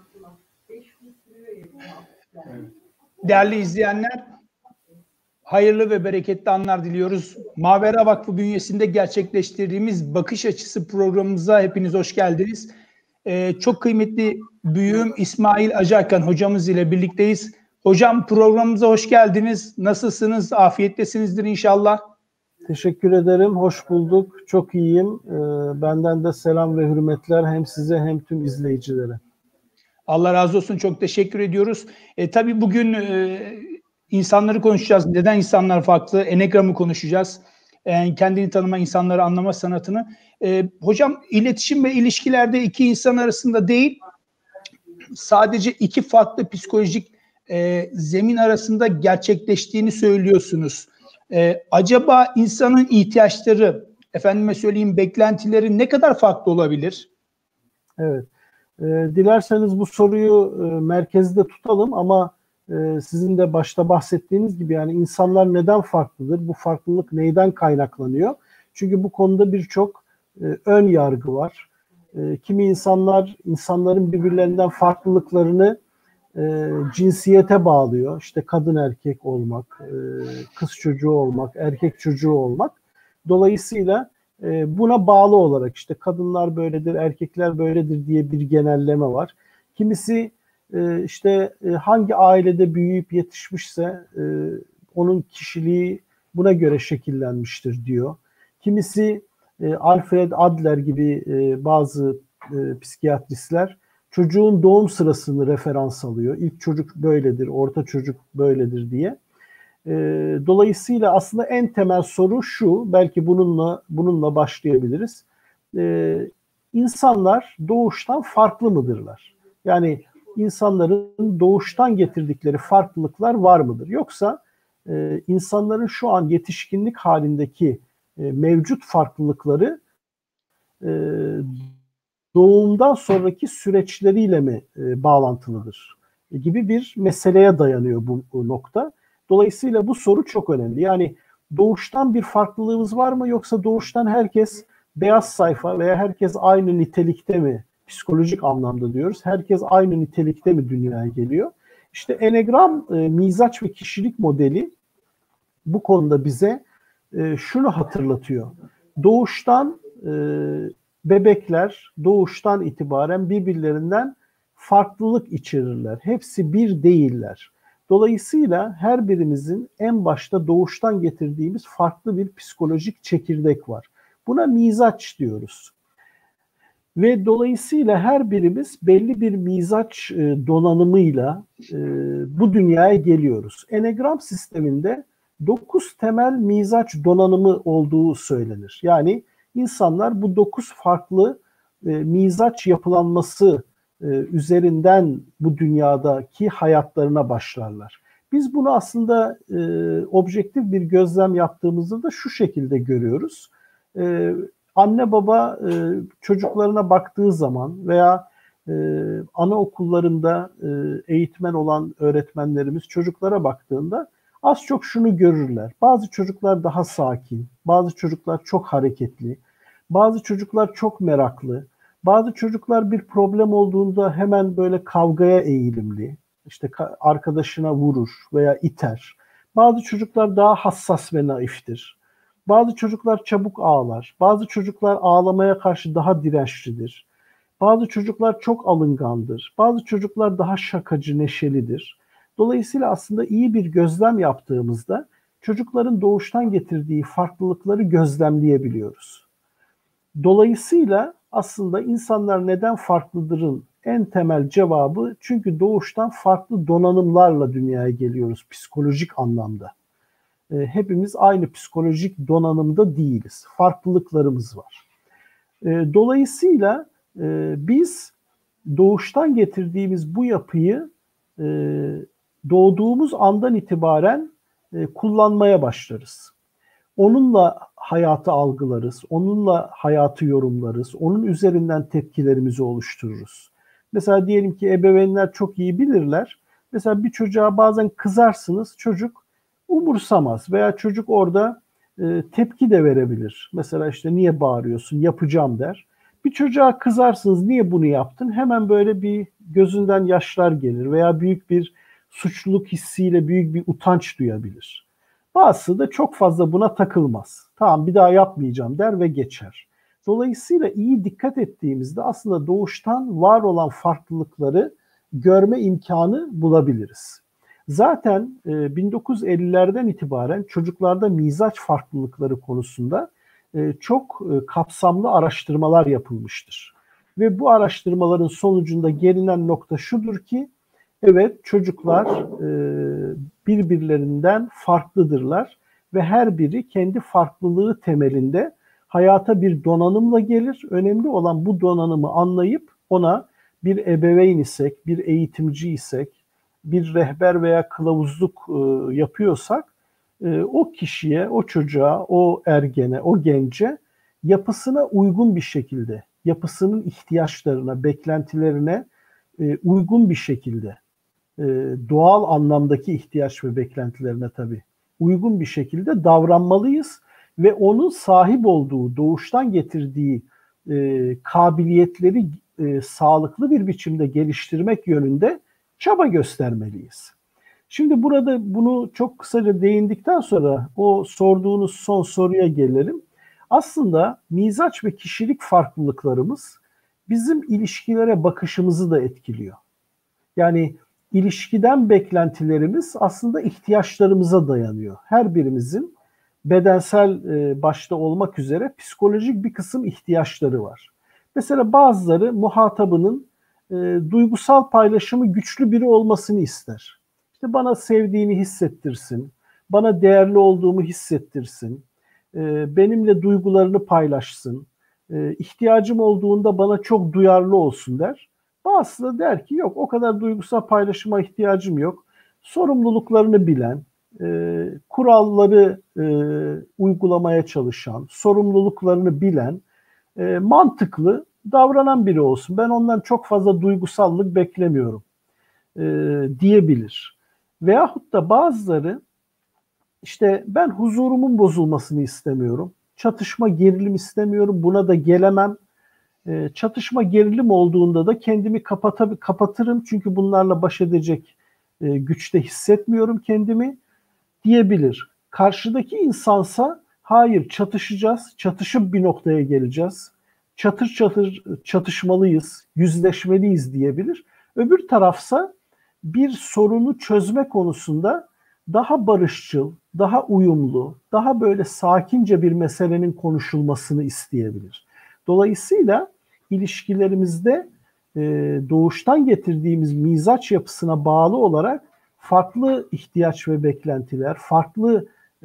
Değerli izleyenler, hayırlı ve bereketli anlar diliyoruz. Mavera Vakfı bünyesinde gerçekleştirdiğimiz Bakış Açısı programımıza hepiniz hoş geldiniz. Çok kıymetli büyüğüm İsmail Acarkan hocamız ile birlikteyiz. Hocam, programımıza hoş geldiniz. Nasılsınız? Afiyettesinizdir inşallah. Teşekkür ederim. Hoş bulduk. Çok iyiyim. Benden de selam ve hürmetler hem size hem tüm izleyicilere. Allah razı olsun. Çok teşekkür ediyoruz. Tabii bugün insanları konuşacağız. Neden insanlar farklı? Enegram'ı konuşacağız. Kendini tanıma, insanları anlama sanatını. Hocam, iletişim ve ilişkilerde iki insan arasında değil, sadece iki farklı psikolojik zemin arasında gerçekleştiğini söylüyorsunuz. Acaba insanın ihtiyaçları, efendime söyleyeyim, beklentileri ne kadar farklı olabilir? Evet. Dilerseniz bu soruyu merkezde tutalım ama sizin de başta bahsettiğiniz gibi yani insanlar neden farklıdır? Bu farklılık neyden kaynaklanıyor? Çünkü bu konuda birçok ön yargı var. Kimi insanların birbirlerinden farklılıklarını cinsiyete bağlıyor. İşte kadın erkek olmak, kız çocuğu olmak, erkek çocuğu olmak. Dolayısıyla buna bağlı olarak işte kadınlar böyledir, erkekler böyledir diye bir genelleme var. Kimisi işte hangi ailede büyüyüp yetişmişse onun kişiliği buna göre şekillenmiştir diyor. Kimisi Alfred Adler gibi bazı psikiyatristler çocuğun doğum sırasını referans alıyor. İlk çocuk böyledir, orta çocuk böyledir diye. Dolayısıyla aslında en temel soru şu, belki bununla başlayabiliriz. İnsanlar doğuştan farklı mıdırlar? Yani insanların doğuştan getirdikleri farklılıklar var mıdır? Yoksa insanların şu an yetişkinlik halindeki mevcut farklılıkları doğumdan sonraki süreçleriyle mi bağlantılıdır gibi bir meseleye dayanıyor bu nokta. Dolayısıyla bu soru çok önemli. Yani doğuştan bir farklılığımız var mı, yoksa doğuştan herkes beyaz sayfa veya herkes aynı nitelikte mi, psikolojik anlamda diyoruz, herkes aynı nitelikte mi dünyaya geliyor? İşte Enegram mizaç ve kişilik modeli bu konuda bize şunu hatırlatıyor. Doğuştan bebekler doğuştan itibaren birbirlerinden farklılık içerirler. Hepsi bir değiller. Dolayısıyla her birimizin en başta doğuştan getirdiğimiz farklı bir psikolojik çekirdek var. Buna mizaç diyoruz. Ve dolayısıyla her birimiz belli bir mizaç donanımıyla bu dünyaya geliyoruz. Enegram sisteminde 9 temel mizaç donanımı olduğu söylenir. Yani insanlar bu 9 farklı mizaç yapılanması üzerinden bu dünyadaki hayatlarına başlarlar. Biz bunu aslında objektif bir gözlem yaptığımızda da şu şekilde görüyoruz. Anne baba çocuklarına baktığı zaman veya anaokullarında eğitmen olan öğretmenlerimiz çocuklara baktığında az çok şunu görürler. Bazı çocuklar daha sakin, bazı çocuklar çok hareketli, bazı çocuklar çok meraklı, bazı çocuklar bir problem olduğunda hemen böyle kavgaya eğilimli, işte arkadaşına vurur veya iter. Bazı çocuklar daha hassas ve naiftir. Bazı çocuklar çabuk ağlar, bazı çocuklar ağlamaya karşı daha dirençlidir. Bazı çocuklar çok alıngandır, bazı çocuklar daha şakacı, neşelidir. Dolayısıyla aslında iyi bir gözlem yaptığımızda çocukların doğuştan getirdiği farklılıkları gözlemleyebiliyoruz. Dolayısıyla aslında insanlar neden farklıdırın en temel cevabı, çünkü doğuştan farklı donanımlarla dünyaya geliyoruz psikolojik anlamda. Hepimiz aynı psikolojik donanımda değiliz. Farklılıklarımız var. Dolayısıyla biz doğuştan getirdiğimiz bu yapıyı doğduğumuz andan itibaren kullanmaya başlarız. Onunla hayatı algılarız, onunla hayatı yorumlarız, onun üzerinden tepkilerimizi oluştururuz. Mesela diyelim ki ebeveynler çok iyi bilirler. Mesela bir çocuğa bazen kızarsınız, çocuk umursamaz veya çocuk orada tepki de verebilir. Mesela işte niye bağırıyorsun, yapacağım der. Bir çocuğa kızarsınız, niye bunu yaptın? Hemen böyle bir gözünden yaşlar gelir veya büyük bir suçluluk hissiyle büyük bir utanç duyabilir. Bazısı da çok fazla buna takılmaz. Tamam, bir daha yapmayacağım der ve geçer. Dolayısıyla iyi dikkat ettiğimizde aslında doğuştan var olan farklılıkları görme imkanı bulabiliriz. Zaten 1950'lerden itibaren çocuklarda mizaç farklılıkları konusunda çok kapsamlı araştırmalar yapılmıştır. Ve bu araştırmaların sonucunda gelinen nokta şudur ki, evet, çocuklar birbirlerinden farklıdırlar ve her biri kendi farklılığı temelinde hayata bir donanımla gelir. Önemli olan bu donanımı anlayıp ona bir ebeveyn isek, bir eğitimci isek, bir rehber veya kılavuzluk yapıyorsak o kişiye, o çocuğa, o ergene, o gence yapısına uygun bir şekilde, yapısının ihtiyaçlarına, beklentilerine uygun bir şekilde, doğal anlamdaki ihtiyaç ve beklentilerine tabii uygun bir şekilde davranmalıyız ve onun sahip olduğu, doğuştan getirdiği kabiliyetleri sağlıklı bir biçimde geliştirmek yönünde çaba göstermeliyiz. Şimdi burada bunu çok kısaca değindikten sonra o sorduğunuz son soruya gelelim. Aslında mizaç ve kişilik farklılıklarımız bizim ilişkilere bakışımızı da etkiliyor. Yani ilişkiden beklentilerimiz aslında ihtiyaçlarımıza dayanıyor. Her birimizin bedensel başta olmak üzere psikolojik bir kısım ihtiyaçları var. Mesela bazıları muhatabının duygusal paylaşımı güçlü biri olmasını ister. İşte bana sevdiğini hissettirsin, bana değerli olduğumu hissettirsin, benimle duygularını paylaşsın, ihtiyacım olduğunda bana çok duyarlı olsun der. Bazısı da der ki yok, o kadar duygusal paylaşıma ihtiyacım yok. Sorumluluklarını bilen, kuralları uygulamaya çalışan, sorumluluklarını bilen, mantıklı davranan biri olsun. Ben ondan çok fazla duygusallık beklemiyorum diyebilir. Veyahut da bazıları işte ben huzurumun bozulmasını istemiyorum. Çatışma, gerilim istemiyorum. Buna da gelemem. Çatışma, gerilim olduğunda da kendimi kapatırım. Çünkü bunlarla baş edecek güçte hissetmiyorum kendimi diyebilir. Karşıdaki insansa hayır, çatışacağız. Çatışıp bir noktaya geleceğiz. Çatır çatır çatışmalıyız, yüzleşmeliyiz diyebilir. Öbür tarafsa bir sorunu çözme konusunda daha barışçıl, daha uyumlu, daha böyle sakince bir meselenin konuşulmasını isteyebilir. Dolayısıyla ilişkilerimizde doğuştan getirdiğimiz mizaç yapısına bağlı olarak farklı ihtiyaç ve beklentiler, farklı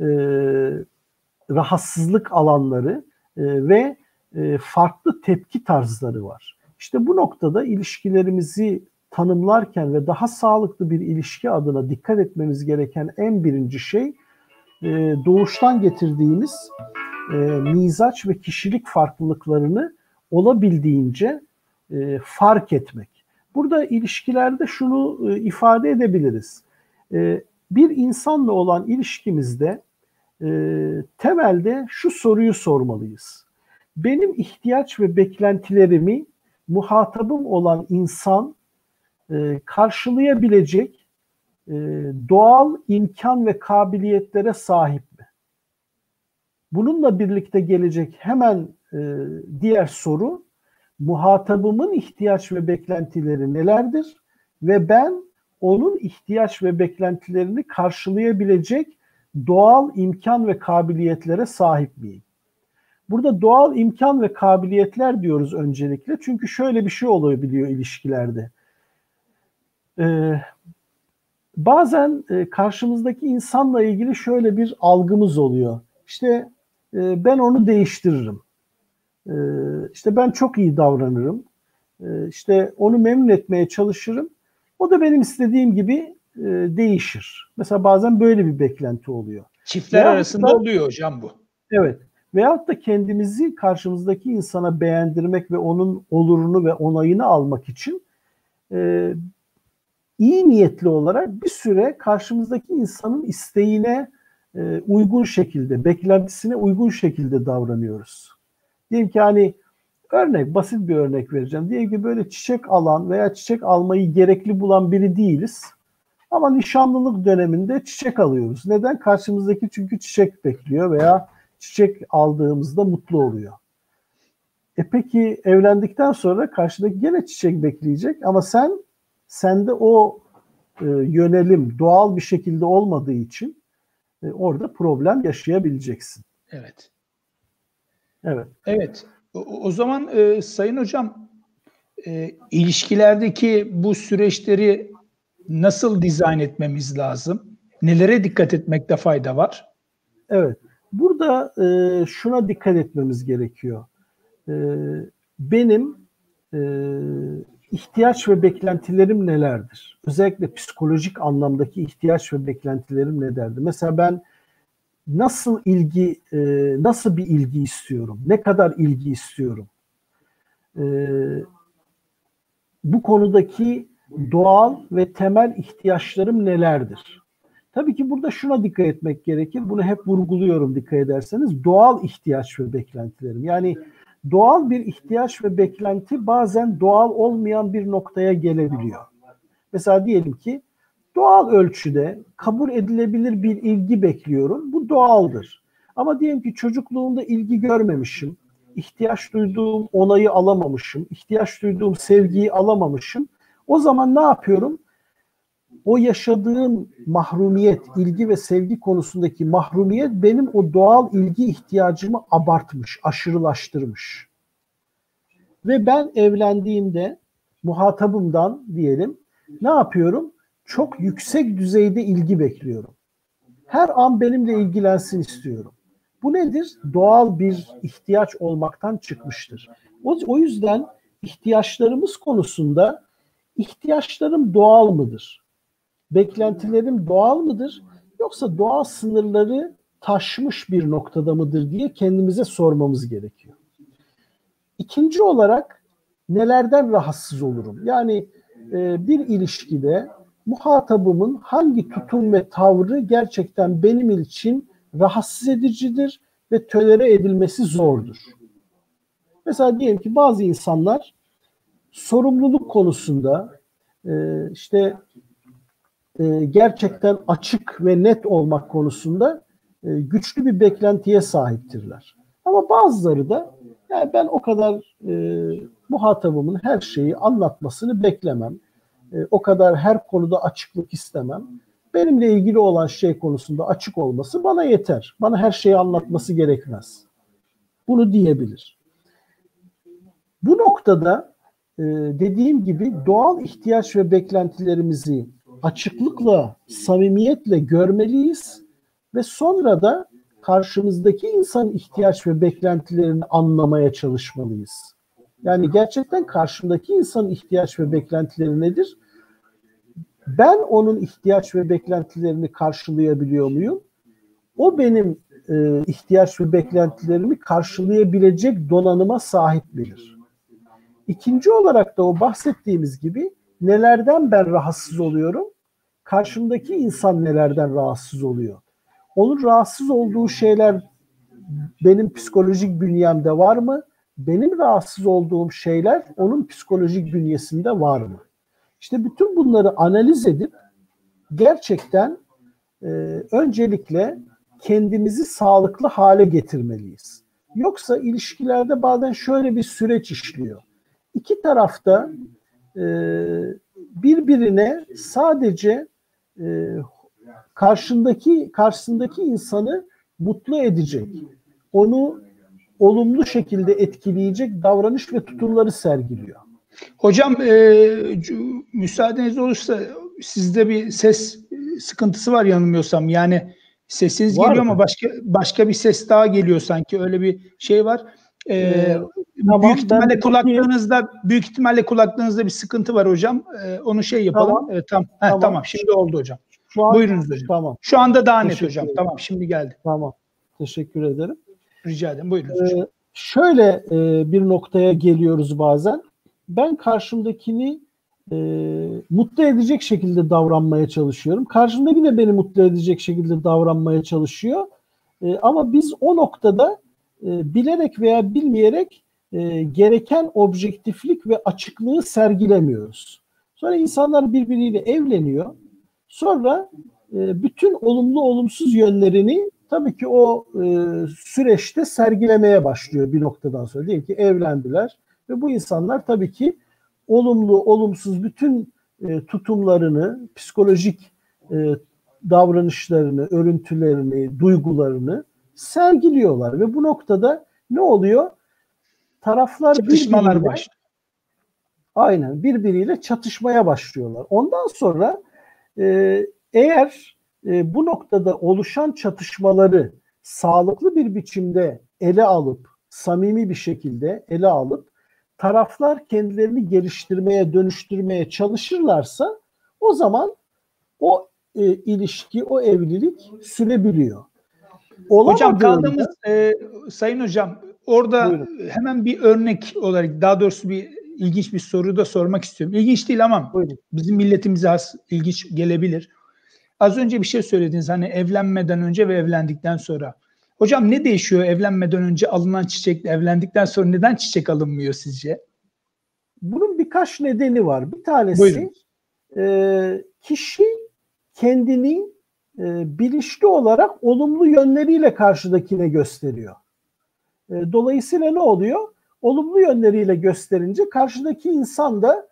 rahatsızlık alanları ve farklı tepki tarzları var. İşte bu noktada ilişkilerimizi tanımlarken ve daha sağlıklı bir ilişki adına dikkat etmemiz gereken en birinci şey doğuştan getirdiğimiz mizaç ve kişilik farklılıklarını olabildiğince fark etmek. Burada ilişkilerde şunu ifade edebiliriz. Bir insanla olan ilişkimizde temelde şu soruyu sormalıyız. Benim ihtiyaç ve beklentilerimi muhatabım olan insan karşılayabilecek doğal imkan ve kabiliyetlere sahip mi? Bununla birlikte gelecek hemen diğer soru, muhatabımın ihtiyaç ve beklentileri nelerdir ve ben onun ihtiyaç ve beklentilerini karşılayabilecek doğal imkan ve kabiliyetlere sahip miyim? Burada doğal imkan ve kabiliyetler diyoruz öncelikle. Çünkü şöyle bir şey olabiliyor ilişkilerde. Bazen karşımızdaki insanla ilgili şöyle bir algımız oluyor. İşte ben onu değiştiririm. İşte ben çok iyi davranırım. İşte onu memnun etmeye çalışırım. O da benim istediğim gibi değişir. Mesela bazen böyle bir beklenti oluyor. Çiftler arasında oluyor hocam bu. Evet. Veyahut da kendimizi karşımızdaki insana beğendirmek ve onun olurunu ve onayını almak için iyi niyetli olarak bir süre karşımızdaki insanın isteğine uygun şekilde, beklentisine uygun şekilde davranıyoruz. Diyelim ki hani Basit bir örnek vereceğim. Diyelim ki böyle çiçek alan veya çiçek almayı gerekli bulan biri değiliz. Ama nişanlılık döneminde çiçek alıyoruz. Neden? Karşımızdaki çünkü çiçek bekliyor veya çiçek aldığımızda mutlu oluyor. Peki evlendikten sonra karşıdaki gene çiçek bekleyecek ama sende o yönelim doğal bir şekilde olmadığı için orada problem yaşayabileceksin. Evet. Evet. Evet. O zaman Sayın Hocam, ilişkilerdeki bu süreçleri nasıl dizayn etmemiz lazım? Nelere dikkat etmekte fayda var? Evet. Burada şuna dikkat etmemiz gerekiyor. Benim ihtiyaç ve beklentilerim nelerdir? Özellikle psikolojik anlamdaki ihtiyaç ve beklentilerim nelerdir? Mesela ben nasıl bir ilgi istiyorum? Ne kadar ilgi istiyorum? Bu konudaki doğal ve temel ihtiyaçlarım nelerdir? Tabii ki burada şuna dikkat etmek gerekir. Bunu hep vurguluyorum dikkat ederseniz. Doğal ihtiyaç ve beklentilerim. Yani doğal bir ihtiyaç ve beklenti bazen doğal olmayan bir noktaya gelebiliyor. Mesela diyelim ki doğal ölçüde kabul edilebilir bir ilgi bekliyorum. Bu doğaldır. Ama diyelim ki çocukluğumda ilgi görmemişim. İhtiyaç duyduğum onayı alamamışım. İhtiyaç duyduğum sevgiyi alamamışım. O zaman ne yapıyorum? O yaşadığım mahrumiyet, ilgi ve sevgi konusundaki mahrumiyet benim o doğal ilgi ihtiyacımı abartmış, aşırılaştırmış. Ve ben evlendiğimde muhatabımdan diyelim ne yapıyorum? Çok yüksek düzeyde ilgi bekliyorum. Her an benimle ilgilensin istiyorum. Bu nedir? Doğal bir ihtiyaç olmaktan çıkmıştır. O yüzden ihtiyaçlarımız konusunda ihtiyaçlarım doğal mıdır? Beklentilerim doğal mıdır? Yoksa doğal sınırları taşmış bir noktada mıdır diye kendimize sormamız gerekiyor. İkinci olarak nelerden rahatsız olurum? Yani bir ilişkide muhatabımın hangi tutum ve tavrı gerçekten benim için rahatsız edicidir ve tolere edilmesi zordur. Mesela diyelim ki bazı insanlar sorumluluk konusunda gerçekten açık ve net olmak konusunda güçlü bir beklentiye sahiptirler. Ama bazıları da yani ben o kadar muhatabımın her şeyi anlatmasını beklemem. O kadar her konuda açıklık istemem. Benimle ilgili olan şey konusunda açık olması bana yeter. Bana her şeyi anlatması gerekmez. Bunu diyebilir. Bu noktada dediğim gibi doğal ihtiyaç ve beklentilerimizi açıklıkla, samimiyetle görmeliyiz ve sonra da karşımızdaki insan ihtiyaç ve beklentilerini anlamaya çalışmalıyız. Yani gerçekten karşımdaki insanın ihtiyaç ve beklentileri nedir? Ben onun ihtiyaç ve beklentilerini karşılayabiliyor muyum? O benim ihtiyaç ve beklentilerimi karşılayabilecek donanıma sahip midir? İkinci olarak da o bahsettiğimiz gibi nelerden ben rahatsız oluyorum? Karşımdaki insan nelerden rahatsız oluyor? Onun rahatsız olduğu şeyler benim psikolojik bünyemde var mı? Benim rahatsız olduğum şeyler onun psikolojik bünyesinde var mı? İşte bütün bunları analiz edip gerçekten öncelikle kendimizi sağlıklı hale getirmeliyiz. Yoksa ilişkilerde bazen şöyle bir süreç işliyor. İki tarafta birbirine sadece karşısındaki insanı mutlu edecek, onu olumlu şekilde etkileyecek davranış ve tutumları sergiliyor. Hocam müsaadeniz olursa sizde bir ses sıkıntısı var yanılmıyorsam. Yani sesiniz var geliyor ama başka bir ses daha geliyor sanki. Öyle bir şey var. Tamam, büyük ihtimalle kulaklarınızda bir sıkıntı var hocam. Onu yapalım. Tamam. Tamam. Şimdi oldu hocam. Buyurunuz hocam. Tamam. Şu anda daha net hocam. Tamam, şimdi geldi. Tamam. Teşekkür ederim. Rica ederim. Buyurunuz hocam. Şöyle bir noktaya geliyoruz bazen. Ben karşımdakini mutlu edecek şekilde davranmaya çalışıyorum. Karşımdaki de beni mutlu edecek şekilde davranmaya çalışıyor. Ama biz o noktada bilerek veya bilmeyerek gereken objektiflik ve açıklığı sergilemiyoruz. Sonra insanlar birbiriyle evleniyor. Sonra bütün olumlu olumsuz yönlerini tabii ki o süreçte sergilemeye başlıyor bir noktadan sonra. Diyelim ki evlendiler ve bu insanlar tabii ki olumlu olumsuz bütün tutumlarını, psikolojik davranışlarını, örüntülerini, duygularını sergiliyorlar ve bu noktada ne oluyor? Taraflar çatışmalar başlıyor. Aynen birbiriyle çatışmaya başlıyorlar. Ondan sonra eğer bu noktada oluşan çatışmaları sağlıklı bir biçimde ele alıp, samimi bir şekilde ele alıp taraflar kendilerini geliştirmeye, dönüştürmeye çalışırlarsa o zaman o ilişki, o evlilik sürebiliyor. Hocam kaldığımız Sayın Hocam orada buyurun. Hemen bir örnek olarak daha doğrusu bir ilginç bir soru da sormak istiyorum. İlginç değil ama buyurun. Bizim milletimize az ilginç gelebilir. Az önce bir şey söylediniz hani evlenmeden önce ve evlendikten sonra. Hocam ne değişiyor evlenmeden önce alınan çiçekle evlendikten sonra neden çiçek alınmıyor sizce? Bunun birkaç nedeni var. Bir tanesi kişi kendini bilinçli olarak olumlu yönleriyle karşıdakine gösteriyor. Dolayısıyla ne oluyor? Olumlu yönleriyle gösterince karşıdaki insan da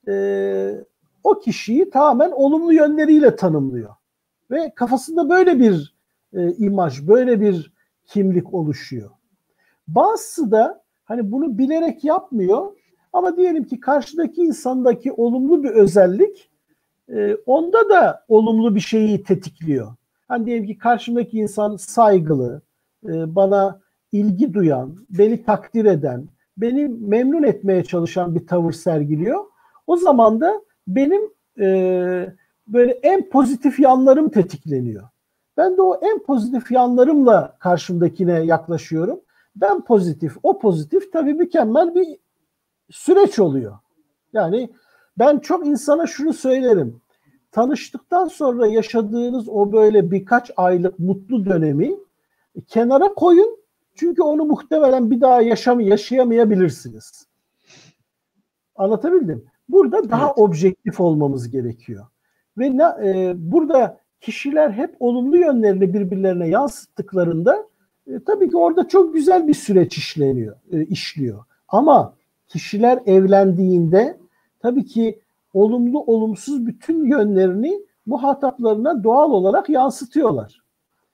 o kişiyi tamamen olumlu yönleriyle tanımlıyor. Ve kafasında böyle bir imaj, böyle bir kimlik oluşuyor. Bazısı da hani bunu bilerek yapmıyor ama diyelim ki karşıdaki insandaki olumlu bir özellik onda da olumlu bir şeyi tetikliyor. Hani diyelim ki karşımdaki insan saygılı, bana ilgi duyan, beni takdir eden, beni memnun etmeye çalışan bir tavır sergiliyor. O zaman da benim böyle en pozitif yanlarım tetikleniyor. Ben de o en pozitif yanlarımla karşımdakine yaklaşıyorum. Ben pozitif, o pozitif, tabii mükemmel bir süreç oluyor. Yani ben çok insana şunu söylerim. Tanıştıktan sonra yaşadığınız o böyle birkaç aylık mutlu dönemi kenara koyun. Çünkü onu muhtemelen bir daha yaşayamayabilirsiniz. Anlatabildim. Burada daha objektif olmamız gerekiyor. Ve burada kişiler hep olumlu yönlerini birbirlerine yansıttıklarında tabii ki orada çok güzel bir süreç işliyor. Ama kişiler evlendiğinde tabii ki olumlu olumsuz bütün yönlerini muhataplarına doğal olarak yansıtıyorlar.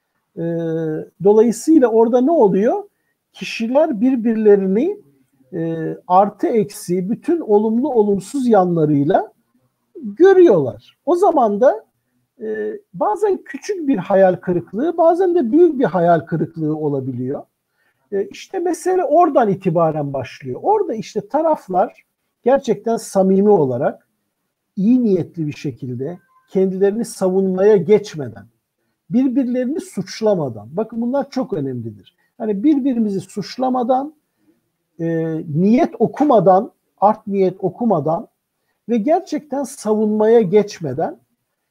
Dolayısıyla orada ne oluyor? Kişiler birbirlerini artı eksi bütün olumlu olumsuz yanlarıyla görüyorlar. O zaman da bazen küçük bir hayal kırıklığı, bazen de büyük bir hayal kırıklığı olabiliyor. İşte mesele oradan itibaren başlıyor. Orada işte taraflar gerçekten samimi olarak, iyi niyetli bir şekilde kendilerini savunmaya geçmeden, birbirlerini suçlamadan, bakın bunlar çok önemlidir. Hani birbirimizi suçlamadan, niyet okumadan, art niyet okumadan ve gerçekten savunmaya geçmeden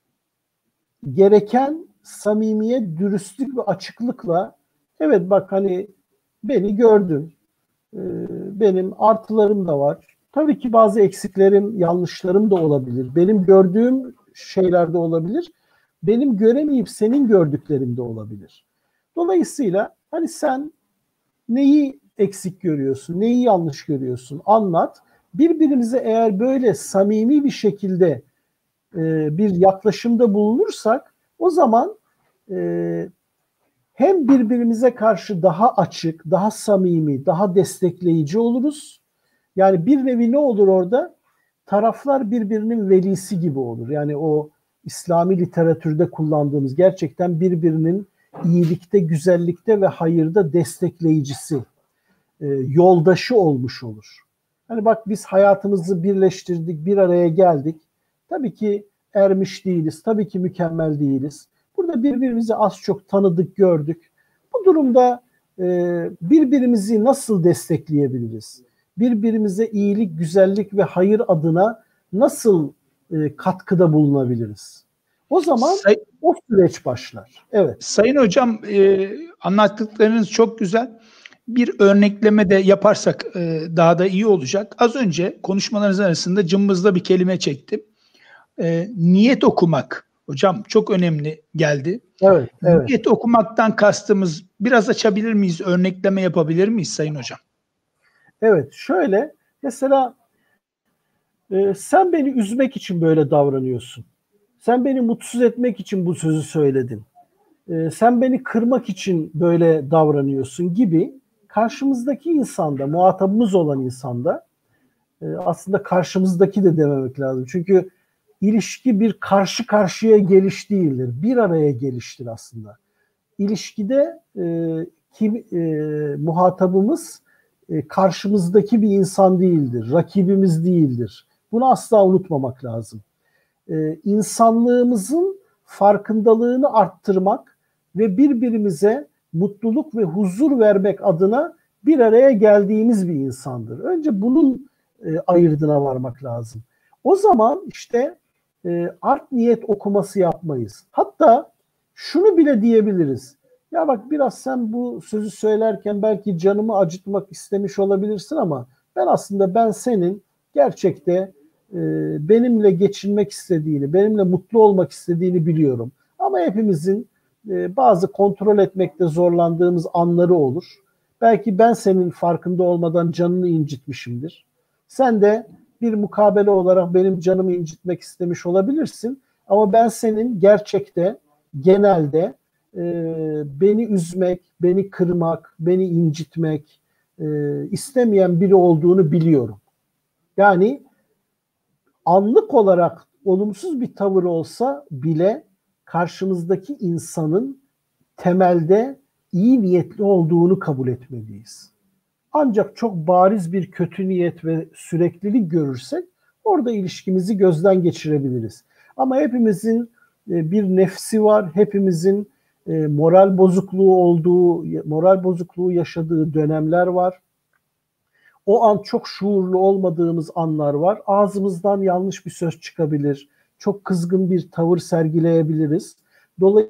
gereken samimiyet, dürüstlük ve açıklıkla evet bak hani beni gördün, benim artılarım da var. Tabii ki bazı eksiklerim, yanlışlarım da olabilir. Benim gördüğüm şeyler de olabilir. Benim göremeyip senin gördüklerin de olabilir. Dolayısıyla hani sen neyi eksik görüyorsun, neyi yanlış görüyorsun anlat. Birbirimize eğer böyle samimi bir şekilde bir yaklaşımda bulunursak o zaman hem birbirimize karşı daha açık, daha samimi, daha destekleyici oluruz. Yani bir nevi ne olur orada? Taraflar birbirinin velisi gibi olur. Yani o İslami literatürde kullandığımız gerçekten birbirinin iyilikte, güzellikte ve hayırda destekleyicisi, yoldaşı olmuş olur. Hani bak biz hayatımızı birleştirdik, bir araya geldik. Tabii ki ermiş değiliz, tabii ki mükemmel değiliz. Burada birbirimizi az çok tanıdık, gördük. Bu durumda birbirimizi nasıl destekleyebiliriz? Birbirimize iyilik, güzellik ve hayır adına nasıl katkıda bulunabiliriz? O zaman o süreç başlar. Evet. Sayın Hocam anlattıklarınız çok güzel. bir örnekleme de yaparsak daha da iyi olacak. Az önce konuşmalarınız arasında cımbızla bir kelime çektim. Niyet okumak. Hocam çok önemli geldi. Evet, evet. Niyet okumaktan kastımız, biraz açabilir miyiz? Örnekleme yapabilir miyiz Sayın Hocam? Evet, şöyle mesela sen beni üzmek için böyle davranıyorsun. Sen beni mutsuz etmek için bu sözü söyledin. Sen beni kırmak için böyle davranıyorsun gibi karşımızdaki insanda, muhatabımız olan insanda, aslında karşımızdaki de dememek lazım. Çünkü ilişki bir karşı karşıya geliş değildir. Bir araya geliştir aslında. İlişkide muhatabımız karşımızdaki bir insan değildir. Rakibimiz değildir. Bunu asla unutmamak lazım. İnsanlığımızın farkındalığını arttırmak ve birbirimize mutluluk ve huzur vermek adına bir araya geldiğimiz bir insandır. Önce bunun ayırdına varmak lazım. O zaman işte art niyet okuması yapmayız. Hatta şunu bile diyebiliriz. Ya bak, biraz sen bu sözü söylerken belki canımı acıtmak istemiş olabilirsin ama ben senin gerçekte benimle geçinmek istediğini, benimle mutlu olmak istediğini biliyorum. Ama hepimizin bazı kontrol etmekte zorlandığımız anları olur. Belki ben senin farkında olmadan canını incitmişimdir. Sen de bir mukabele olarak benim canımı incitmek istemiş olabilirsin. Ama ben senin gerçekte, genelde beni üzmek, beni kırmak, beni incitmek istemeyen biri olduğunu biliyorum. Yani anlık olarak olumsuz bir tavır olsa bile karşımızdaki insanın temelde iyi niyetli olduğunu kabul etmeliyiz. Ancak çok bariz bir kötü niyet ve süreklilik görürsek orada ilişkimizi gözden geçirebiliriz. Ama hepimizin bir nefsi var, hepimizin moral bozukluğu yaşadığı dönemler var. O an çok şuurlu olmadığımız anlar var. Ağzımızdan yanlış bir söz çıkabilir. Çok kızgın bir tavır sergileyebiliriz. Dolayısıyla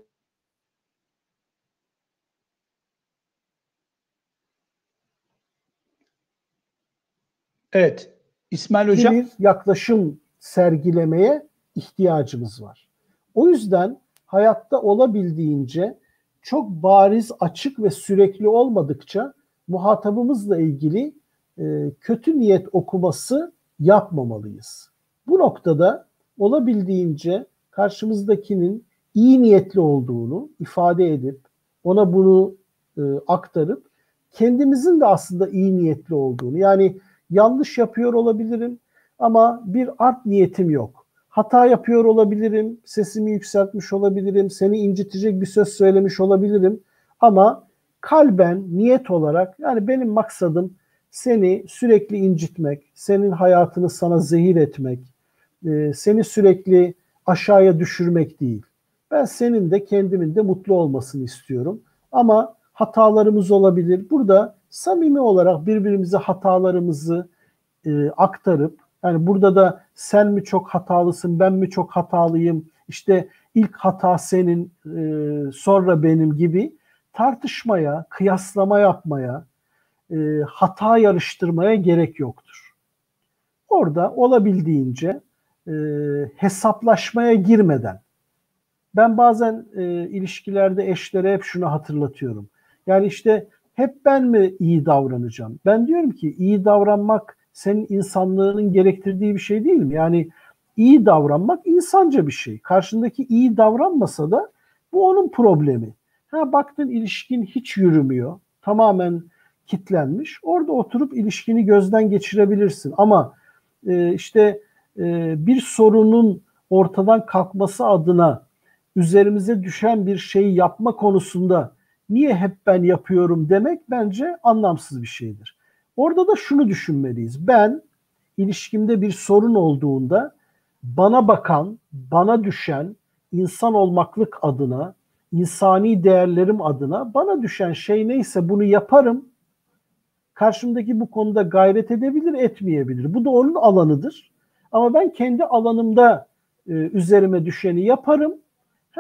Evet. İsmail Hocam. bir yaklaşım sergilemeye ihtiyacımız var. O yüzden hayatta olabildiğince çok bariz, açık ve sürekli olmadıkça muhatabımızla ilgili kötü niyet okuması yapmamalıyız. Bu noktada olabildiğince karşımızdakinin iyi niyetli olduğunu ifade edip ona bunu aktarıp kendimizin de aslında iyi niyetli olduğunu, yani yanlış yapıyor olabilirim ama bir art niyetim yok. Hata yapıyor olabilirim, sesimi yükseltmiş olabilirim, seni incitecek bir söz söylemiş olabilirim ama kalben, niyet olarak, yani benim maksadım seni sürekli incitmek, senin hayatını sana zehir etmek, seni sürekli aşağıya düşürmek değil. Ben senin de kendimin de mutlu olmasını istiyorum. Ama hatalarımız olabilir. Burada samimi olarak birbirimize hatalarımızı aktarıp, yani burada da sen mi çok hatalısın, ben mi çok hatalıyım, işte ilk hata senin, sonra benim gibi tartışmaya, kıyaslama yapmaya, hata yarıştırmaya gerek yoktur. Orada olabildiğince hesaplaşmaya girmeden, ben bazen ilişkilerde eşlere hep şunu hatırlatıyorum. Yani işte hep ben mi iyi davranacağım? Ben diyorum ki iyi davranmak senin insanlığının gerektirdiği bir şey değil mi? Yani iyi davranmak insanca bir şey. Karşındaki iyi davranmasa da bu onun problemi. Baktın ilişkin hiç yürümüyor. Tamamen kitlenmiş. Orada oturup ilişkini gözden geçirebilirsin. Ama bir sorunun ortadan kalkması adına üzerimize düşen bir şeyi yapma konusunda niye hep ben yapıyorum demek bence anlamsız bir şeydir. Orada da şunu düşünmeliyiz. Ben ilişkimde bir sorun olduğunda bana bakan, bana düşen, insan olmaklık adına, insani değerlerim adına bana düşen şey neyse bunu yaparım. Karşımdaki bu konuda gayret edebilir, etmeyebilir. Bu da onun alanıdır. Ama ben kendi alanımda üzerime düşeni yaparım.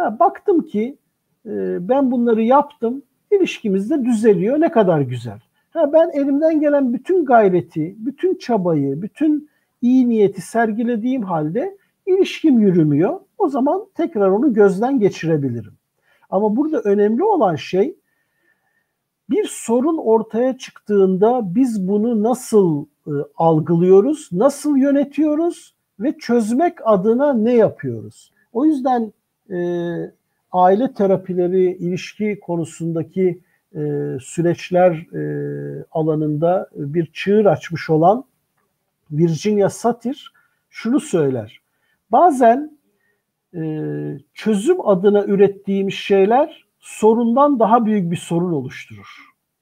Baktım ki ben bunları yaptım, ilişkimiz de düzeliyor. Ne kadar güzel. Ben elimden gelen bütün gayreti, bütün çabayı, bütün iyi niyeti sergilediğim halde ilişkim yürümüyor. O zaman tekrar onu gözden geçirebilirim. Ama burada önemli olan şey, bir sorun ortaya çıktığında biz bunu nasıl algılıyoruz, nasıl yönetiyoruz ve çözmek adına ne yapıyoruz? O yüzden aile terapileri, ilişki konusundaki süreçler alanında bir çığır açmış olan Virginia Satir şunu söyler. Bazen çözüm adına ürettiğimiz şeyler sorundan daha büyük bir sorun oluşturur.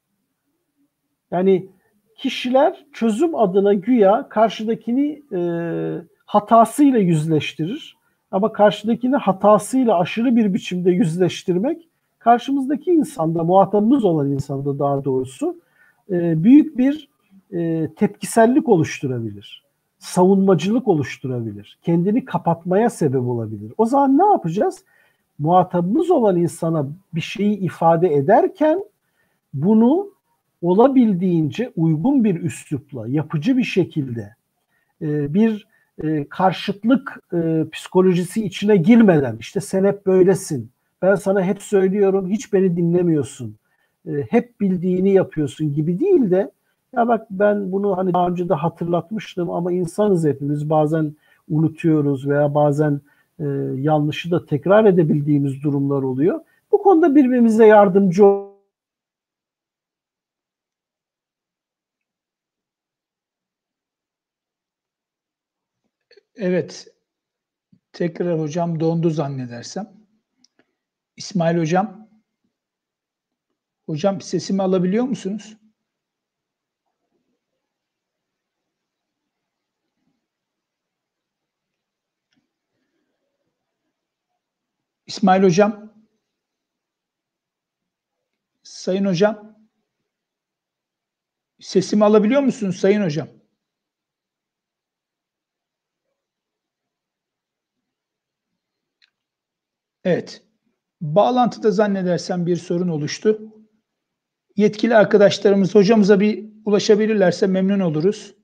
Yani kişiler çözüm adına güya karşıdakini hatasıyla yüzleştirir. Ama karşıdakini hatasıyla aşırı bir biçimde yüzleştirmek, karşımızdaki insanda, muhatabımız olan insanda daha doğrusu büyük bir tepkisellik oluşturabilir. Savunmacılık oluşturabilir. Kendini kapatmaya sebep olabilir. O zaman ne yapacağız? Muhatabımız olan insana bir şeyi ifade ederken bunu olabildiğince uygun bir üslupla, yapıcı bir şekilde, bir karşıtlık psikolojisi içine girmeden, işte sen hep böylesin, ben sana hep söylüyorum, hiç beni dinlemiyorsun, hep bildiğini yapıyorsun gibi değil de, ya bak ben bunu hani daha önce de hatırlatmıştım ama insanız hepimiz, bazen unutuyoruz veya bazen yanlışı da tekrar edebildiğimiz durumlar oluyor. Bu konuda birbirimize yardımcı Evet, tekrar hocam dondu zannedersem. İsmail hocam, hocam sesimi alabiliyor musunuz? İsmail hocam, sayın hocam, sesimi alabiliyor musunuz sayın hocam? Evet, bağlantıda zannedersem bir sorun oluştu. Yetkili arkadaşlarımız hocamıza bir ulaşabilirlerse memnun oluruz.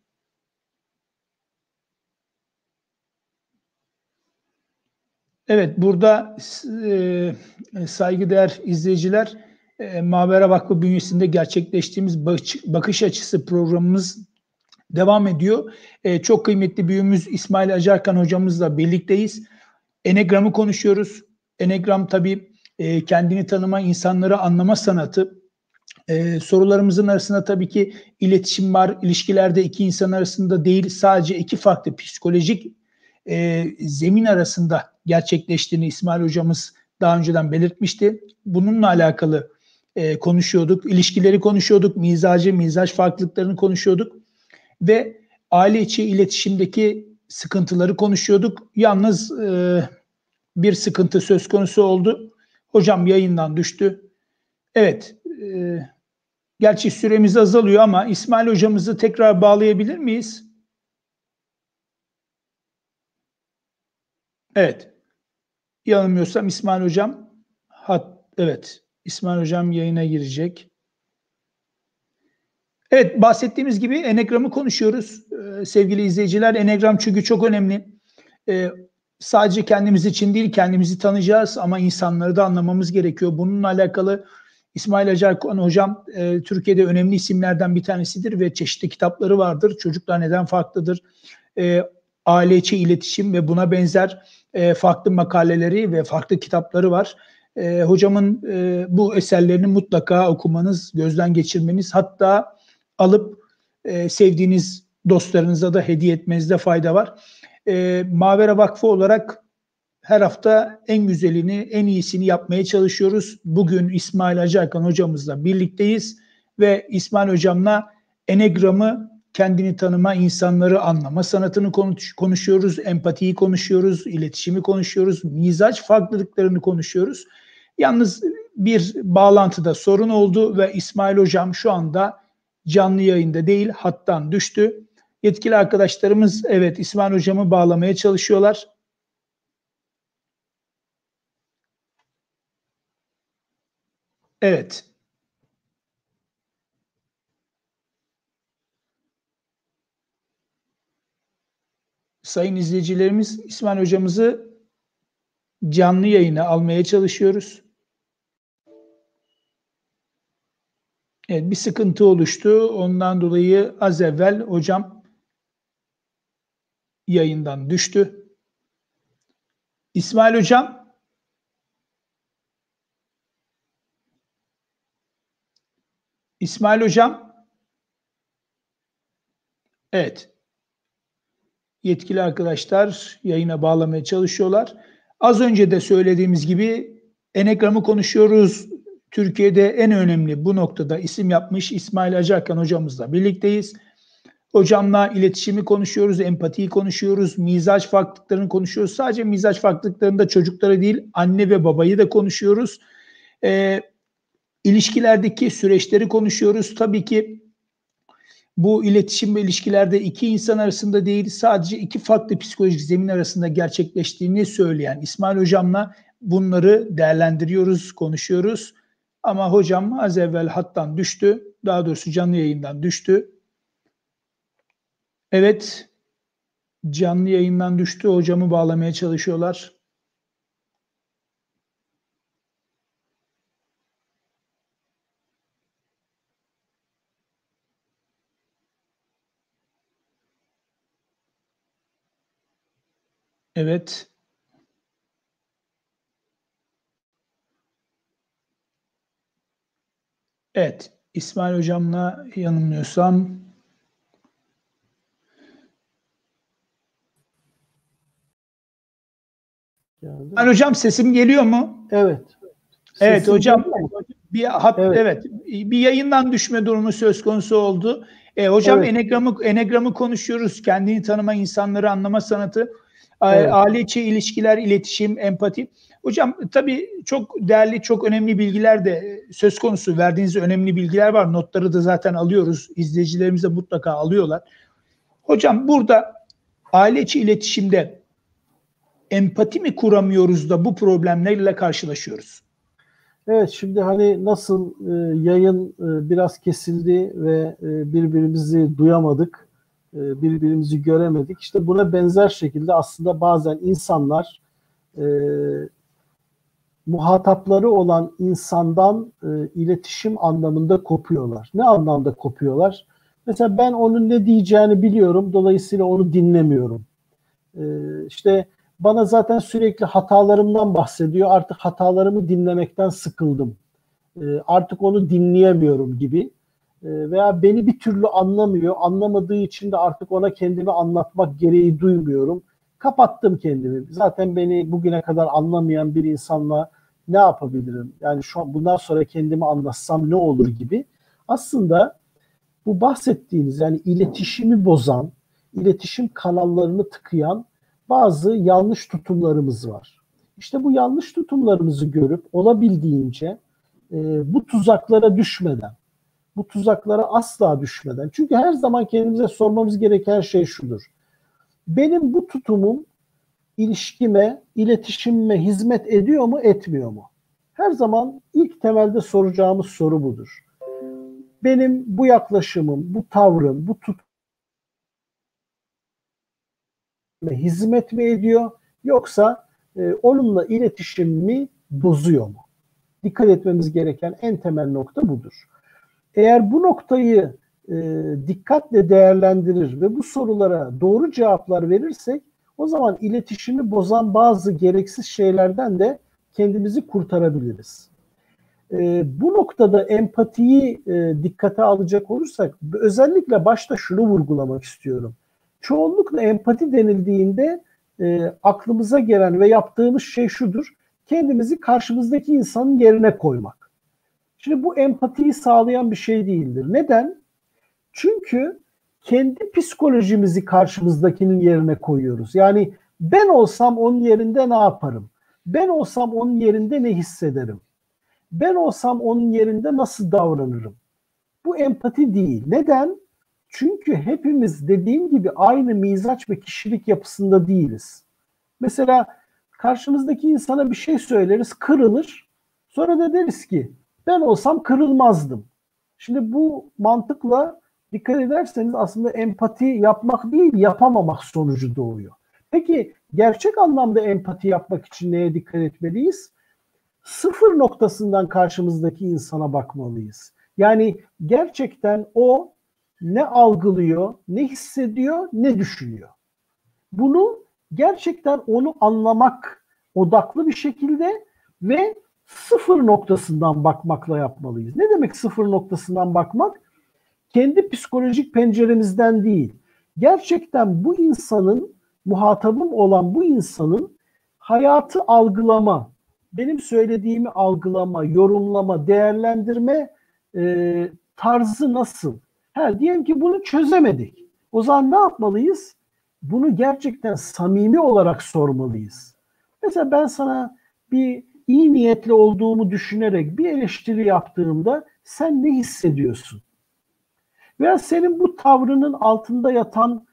Evet, burada saygıdeğer izleyiciler, Mavera Vakfı bünyesinde gerçekleştiğimiz bakış açısı programımız devam ediyor. Çok kıymetli büyüğümüz İsmail Acarkan hocamızla birlikteyiz. Enegram'ı konuşuyoruz. Enegram tabii kendini tanıma, insanları anlama sanatı. Sorularımızın arasında tabii ki iletişim var. İlişkilerde iki insan arasında değil, sadece iki farklı psikolojik zemin arasında gerçekleştiğini İsmail hocamız daha önceden belirtmişti. Bununla alakalı konuşuyorduk. İlişkileri konuşuyorduk. Mizaç farklılıklarını konuşuyorduk. Ve aile içi iletişimdeki sıkıntıları konuşuyorduk. Yalnız bir sıkıntı söz konusu oldu. Hocam yayından düştü. Evet, gerçi süremiz azalıyor ama İsmail hocamızı tekrar bağlayabilir miyiz? Evet. Yanılmıyorsam İsmail hocam evet. İsmail hocam yayına girecek. Evet, bahsettiğimiz gibi Enegram'ı konuşuyoruz. Sevgili izleyiciler, Enegram çünkü çok önemli. Sadece kendimiz için değil, kendimizi tanıyacağız ama insanları da anlamamız gerekiyor. Bununla alakalı İsmail Acarkan hocam Türkiye'de önemli isimlerden bir tanesidir ve çeşitli kitapları vardır. Çocuklar neden farklıdır? Aile içi iletişim ve buna benzer farklı makaleleri ve farklı kitapları var. Hocamın bu eserlerini mutlaka okumanız, gözden geçirmeniz, hatta alıp sevdiğiniz dostlarınıza da hediye etmenizde fayda var. Mavera Vakfı olarak her hafta en güzelini, en iyisini yapmaya çalışıyoruz. Bugün İsmail Acarkan hocamızla birlikteyiz ve İsmail hocamla Enegram'ı, kendini tanıma, insanları anlama sanatını konuşuyoruz, empatiyi konuşuyoruz, iletişimi konuşuyoruz, mizaç farklılıklarını konuşuyoruz. Yalnız bir bağlantıda sorun oldu ve İsmail hocam şu anda canlı yayında değil, hattan düştü. Yetkili arkadaşlarımız evet İsmail hocamı bağlamaya çalışıyorlar. Evet. sayın izleyicilerimiz, İsmail hocamızı canlı yayına almaya çalışıyoruz. Evet, bir sıkıntı oluştu. Ondan dolayı az evvel hocam yayından düştü. İsmail hocam, İsmail hocam, evet, yetkili arkadaşlar yayına bağlamaya çalışıyorlar. Az önce de söylediğimiz gibi Enegram'ı konuşuyoruz. Türkiye'de en önemli bu noktada isim yapmış İsmail Acarkan hocamızla birlikteyiz. Hocamla iletişimi konuşuyoruz, empatiyi konuşuyoruz, mizaç farklılıklarını konuşuyoruz. Sadece mizaç farklılıklarında çocukları değil, anne ve babayı da konuşuyoruz. İlişkilerdeki süreçleri konuşuyoruz. Tabii ki bu iletişim ve ilişkilerde iki insan arasında değil, sadece iki farklı psikolojik zemin arasında gerçekleştiğini söyleyen İsmail hocamla bunları değerlendiriyoruz, konuşuyoruz. Ama hocam az evvel hattan düştü, daha doğrusu canlı yayından düştü. Evet, canlı yayından düştü, hocamı bağlamaya çalışıyorlar. Evet. Evet, İsmail hocamla yanılmıyorsam. İsmail hocam, sesim geliyor mu? Evet. Evet Sesim hocam. geliyor mu? Evet. Bir yayından düşme durumu söz konusu oldu. Hocam, Evet. Enegram'ı konuşuyoruz. Kendini tanıma, insanları anlama sanatı, Evet. aile içi ilişkiler, iletişim, empati. Hocam tabii çok değerli, çok önemli bilgiler de söz konusu. Verdiğiniz önemli bilgiler var. Notları da zaten alıyoruz. İzleyicilerimiz de mutlaka alıyorlar. Hocam, burada aile içi iletişimde empati mi kuramıyoruz da bu problemlerle karşılaşıyoruz? Evet, şimdi hani nasıl yayın biraz kesildi ve birbirimizi duyamadık, birbirimizi göremedik. İşte buna benzer şekilde aslında bazen insanlar e, muhatapları olan insandan iletişim anlamında kopuyorlar. Ne anlamda kopuyorlar? Mesela ben onun ne diyeceğini biliyorum, dolayısıyla onu dinlemiyorum. İşte bana zaten sürekli hatalarımdan bahsediyor. Artık hatalarımı dinlemekten sıkıldım. Artık onu dinleyemiyorum gibi. Veya beni bir türlü anlamıyor. Anlamadığı için de artık ona kendimi anlatmak gereği duymuyorum. Kapattım kendimi. Zaten beni bugüne kadar anlamayan bir insanla ne yapabilirim? Yani şu an bundan sonra kendimi anlatsam ne olur gibi. Aslında bu bahsettiğiniz yani iletişimi bozan, iletişim kanallarını tıkayan bazı yanlış tutumlarımız var. İşte bu yanlış tutumlarımızı görüp olabildiğince bu tuzaklara düşmeden, bu tuzaklara asla düşmeden. Çünkü her zaman kendimize sormamız gereken şey şudur. Benim bu tutumum ilişkime, iletişimime hizmet ediyor mu, etmiyor mu? Her zaman ilk temelde soracağımız soru budur. Benim bu yaklaşımım, bu tavrım, bu tutumum hizmet mi ediyor yoksa onunla iletişimimi bozuyor mu? Dikkat etmemiz gereken en temel nokta budur. Eğer bu noktayı dikkatle değerlendirir ve bu sorulara doğru cevaplar verirsek o zaman iletişimi bozan bazı gereksiz şeylerden de kendimizi kurtarabiliriz. Bu noktada empatiyi dikkate alacak olursak özellikle başta şunu vurgulamak istiyorum. Çoğunlukla empati denildiğinde aklımıza gelen ve yaptığımız şey şudur. Kendimizi karşımızdaki insanın yerine koymak. Şimdi bu empatiyi sağlayan bir şey değildir. Neden? Çünkü kendi psikolojimizi karşımızdakinin yerine koyuyoruz. Yani ben olsam onun yerinde ne yaparım? Ben olsam onun yerinde ne hissederim? Ben olsam onun yerinde nasıl davranırım? Bu empati değil. Neden? Çünkü hepimiz dediğim gibi aynı mizaç ve kişilik yapısında değiliz. Mesela karşımızdaki insana bir şey söyleriz, kırılır. Sonra da deriz ki ben olsam kırılmazdım. Şimdi bu mantıkla dikkat ederseniz aslında empati yapmak değil, yapamamak sonucu doğuyor. Peki gerçek anlamda empati yapmak için neye dikkat etmeliyiz? Sıfır noktasından karşımızdaki insana bakmalıyız. Yani gerçekten o ne algılıyor, ne hissediyor, ne düşünüyor. Bunu gerçekten onu anlamak odaklı bir şekilde ve sıfır noktasından bakmakla yapmalıyız. Ne demek sıfır noktasından bakmak? Kendi psikolojik penceremizden değil. Gerçekten bu insanın, muhatabım olan bu insanın hayatı algılama, benim söylediğimi algılama, yorumlama, değerlendirme tarzı nasıl? Diyelim ki bunu çözemedik. O zaman ne yapmalıyız? Bunu gerçekten samimi olarak sormalıyız. Mesela ben sana bir iyi niyetli olduğumu düşünerek bir eleştiri yaptığımda sen ne hissediyorsun? Veya senin bu tavrının altında yatan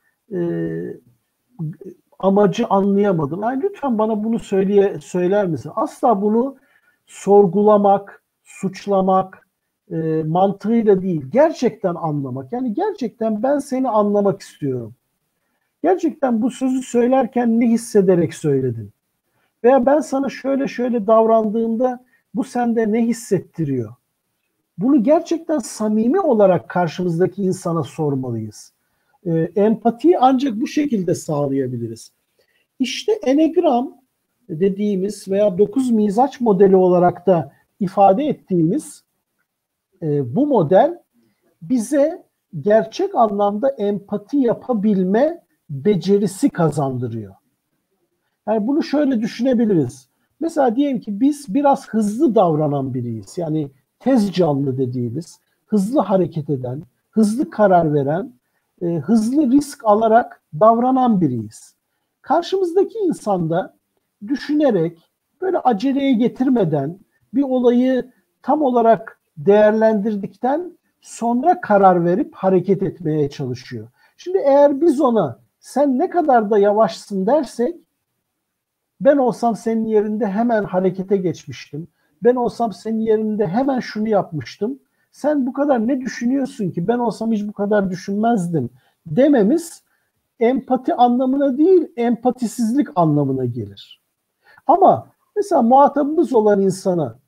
amacı anlayamadım. Yani lütfen bana bunu söyler misin? Asla bunu sorgulamak, suçlamak mantığıyla değil, gerçekten anlamak. Yani gerçekten ben seni anlamak istiyorum. Gerçekten bu sözü söylerken ne hissederek söyledin? Veya ben sana şöyle şöyle davrandığımda bu sende ne hissettiriyor? Bunu gerçekten samimi olarak karşımızdaki insana sormalıyız. Empatiyi ancak bu şekilde sağlayabiliriz. İşte Enegram dediğimiz veya 9 mizaç modeli olarak da ifade ettiğimiz bu model bize gerçek anlamda empati yapabilme becerisi kazandırıyor. Yani bunu şöyle düşünebiliriz. Mesela diyelim ki biz biraz hızlı davranan biriyiz. Yani tez canlı dediğimiz, hızlı hareket eden, hızlı karar veren, hızlı risk alarak davranan biriyiz. Karşımızdaki insan da düşünerek, böyle aceleye getirmeden bir olayı tam olarak değerlendirdikten sonra karar verip hareket etmeye çalışıyor. Şimdi eğer biz ona sen ne kadar da yavaşsın dersek, ben olsam senin yerinde hemen harekete geçmiştim. Ben olsam senin yerinde hemen şunu yapmıştım. Sen bu kadar ne düşünüyorsun ki? Ben olsam hiç bu kadar düşünmezdim dememiz empati anlamına değil, empatisizlik anlamına gelir. Ama mesela muhatabımız olan insana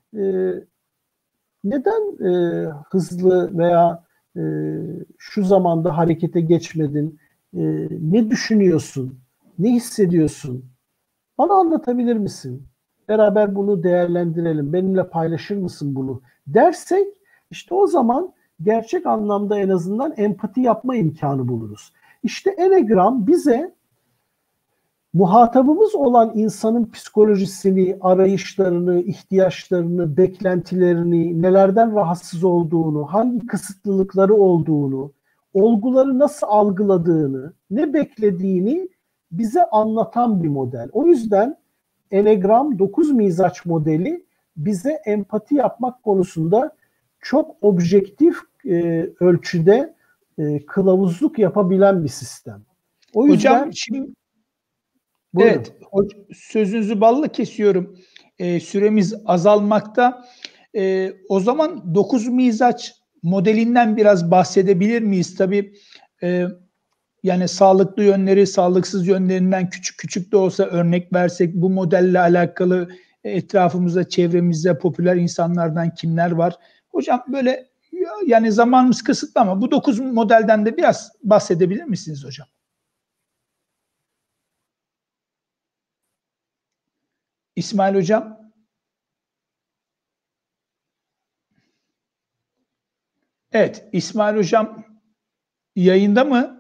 neden hızlı veya şu zamanda harekete geçmedin, ne düşünüyorsun, ne hissediyorsun? Bana anlatabilir misin? Beraber bunu değerlendirelim. Benimle paylaşır mısın bunu? Dersek işte o zaman gerçek anlamda en azından empati yapma imkanı buluruz. İşte Enegram bize muhatabımız olan insanın psikolojisini, arayışlarını, ihtiyaçlarını, beklentilerini, nelerden rahatsız olduğunu, hangi kısıtlılıkları olduğunu, olguları nasıl algıladığını, ne beklediğini bize anlatan bir model. O yüzden Enegram 9 mizaç modeli bize empati yapmak konusunda çok objektif ölçüde kılavuzluk yapabilen bir sistem. O yüzden hocam şimdi evet, sözünüzü balla kesiyorum. Süremiz azalmakta. O zaman 9 mizaç modelinden biraz bahsedebilir miyiz? Tabii yani sağlıklı yönleri, sağlıksız yönlerinden küçük küçük de olsa örnek versek, bu modelle alakalı etrafımızda, çevremizde popüler insanlardan kimler var? Hocam böyle, yani zamanımız kısıtlı ama bu 9 modelden de biraz bahsedebilir misiniz hocam? İsmail hocam. Evet, İsmail hocam yayında mı?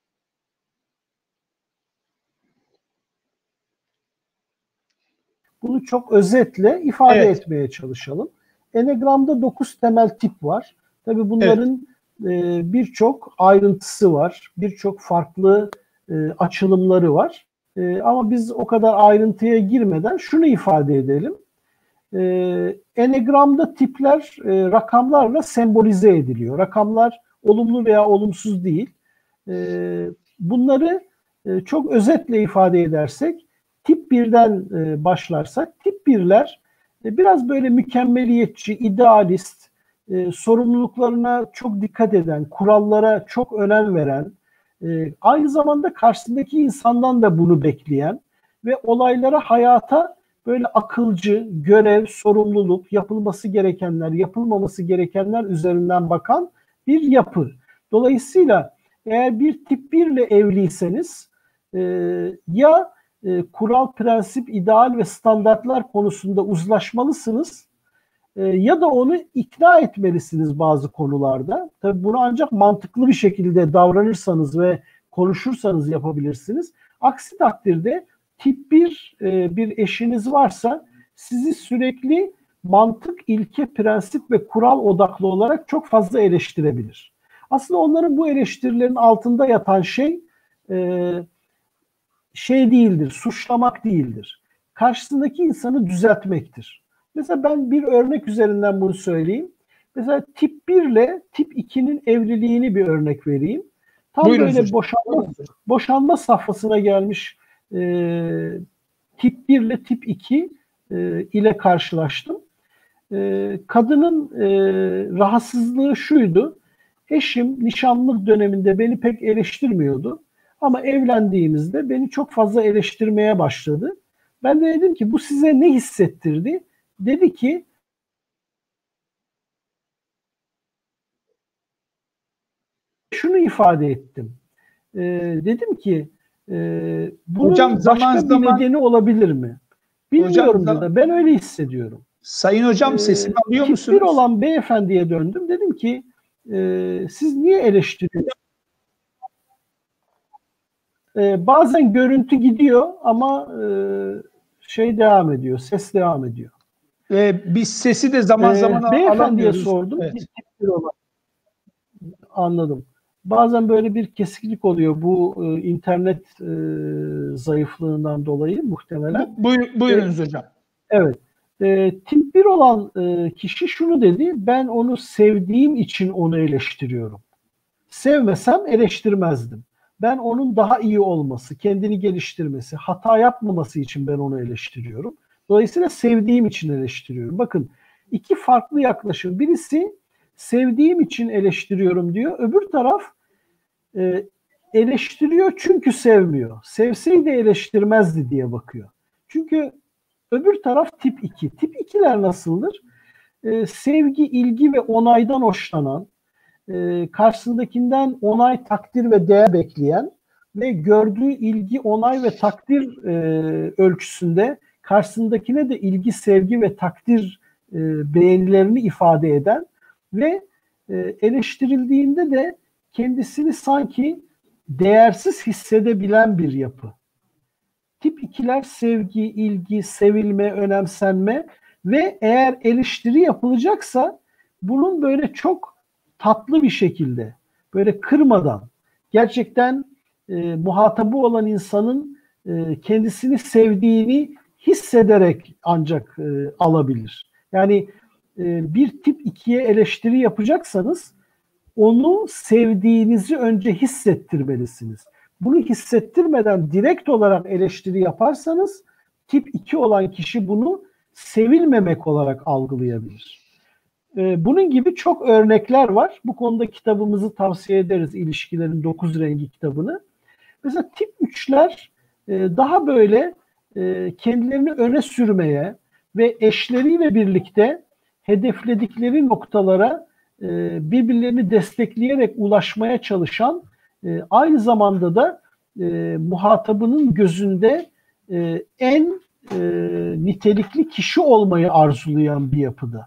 Bunu çok özetle ifade etmeye çalışalım. Enegram'da 9 temel tip var. Tabii bunların birçok ayrıntısı var. Birçok farklı açılımları var. Ama biz o kadar ayrıntıya girmeden şunu ifade edelim. Enegram'da tipler rakamlarla sembolize ediliyor. Rakamlar olumlu veya olumsuz değil. Bunları çok özetle ifade edersek, tip 1'den başlarsak, tip 1'ler biraz böyle mükemmeliyetçi, idealist, sorumluluklarına çok dikkat eden, kurallara çok önem veren, aynı zamanda karşısındaki insandan da bunu bekleyen ve olaylara, hayata böyle akılcı, görev, sorumluluk, yapılması gerekenler, yapılmaması gerekenler üzerinden bakan bir yapı. Dolayısıyla eğer bir tip 1 ile evliyseniz ya kural, prensip, ideal ve standartlar konusunda uzlaşmalısınız ya da onu ikna etmelisiniz bazı konularda. Tabii bunu ancak mantıklı bir şekilde davranırsanız ve konuşursanız yapabilirsiniz. Aksi takdirde tip 1 bir eşiniz varsa sizi sürekli mantık, ilke, prensip ve kural odaklı olarak çok fazla eleştirebilir. Aslında onların bu eleştirilerin altında yatan şey değildir, suçlamak değildir. Karşısındaki insanı düzeltmektir. Mesela ben bir örnek üzerinden bunu söyleyeyim. Mesela tip 1 ile tip 2'nin evliliğini bir örnek vereyim. Tam Buyurun böyle hocam. boşanma safhasına gelmiş tip 1 ile tip 2 ile karşılaştım. Kadının rahatsızlığı şuydu. Eşim nişanlık döneminde beni pek eleştirmiyordu. Ama evlendiğimizde beni çok fazla eleştirmeye başladı. Ben de dedim ki bu size ne hissettirdi? Dedi ki şunu ifade ettim. Dedim ki bunun hocam, başka bir nedeni olabilir mi? Bilmiyorum hocam, dedi. Ben öyle hissediyorum. Sayın hocam, sesimi alıyor musunuz? Tip 1 olan beyefendiye döndüm. Dedim ki siz niye eleştiriyorsunuz? Bazen görüntü gidiyor ama devam ediyor, ses devam ediyor. Biz sesi de zaman zaman beyefendiye sordum. Evet. Anladım. Bazen böyle bir kesiklik oluyor bu internet zayıflığından dolayı muhtemelen. Buyurunuz hocam. Evet. Tip 1 olan kişi şunu dedi. Ben onu sevdiğim için onu eleştiriyorum. Sevmesem eleştirmezdim. Ben onun daha iyi olması, kendini geliştirmesi, hata yapmaması için ben onu eleştiriyorum. Dolayısıyla sevdiğim için eleştiriyorum. Bakın, iki farklı yaklaşım. Birisi sevdiğim için eleştiriyorum diyor. Öbür taraf eleştiriyor çünkü sevmiyor. Sevseydi eleştirmezdi diye bakıyor. Çünkü öbür taraf tip 2. Tip 2'ler nasıldır? Sevgi, ilgi ve onaydan hoşlanan, karşısındakinden onay, takdir ve değer bekleyen ve gördüğü ilgi, onay ve takdir ölçüsünde karşısındakine de ilgi, sevgi ve takdir beğenilerini ifade eden ve eleştirildiğinde de kendisini sanki değersiz hissedebilen bir yapı. Tip 2'ler sevgi, ilgi, sevilme, önemsenme ve eğer eleştiri yapılacaksa bunun böyle çok tatlı bir şekilde, böyle kırmadan, gerçekten muhatabı olan insanın kendisini sevdiğini hissederek ancak alabilir. Yani bir tip 2'ye eleştiri yapacaksanız onu sevdiğinizi önce hissettirmelisiniz. Bunu hissettirmeden direkt olarak eleştiri yaparsanız tip 2 olan kişi bunu sevilmemek olarak algılayabilir. Bunun gibi çok örnekler var. Bu konuda kitabımızı tavsiye ederiz. İlişkilerin 9 Rengi kitabını. Mesela tip 3'ler daha böyle kendilerini öne sürmeye ve eşleriyle birlikte hedefledikleri noktalara birbirlerini destekleyerek ulaşmaya çalışan, aynı zamanda da muhatabının gözünde en nitelikli kişi olmayı arzulayan bir yapıda.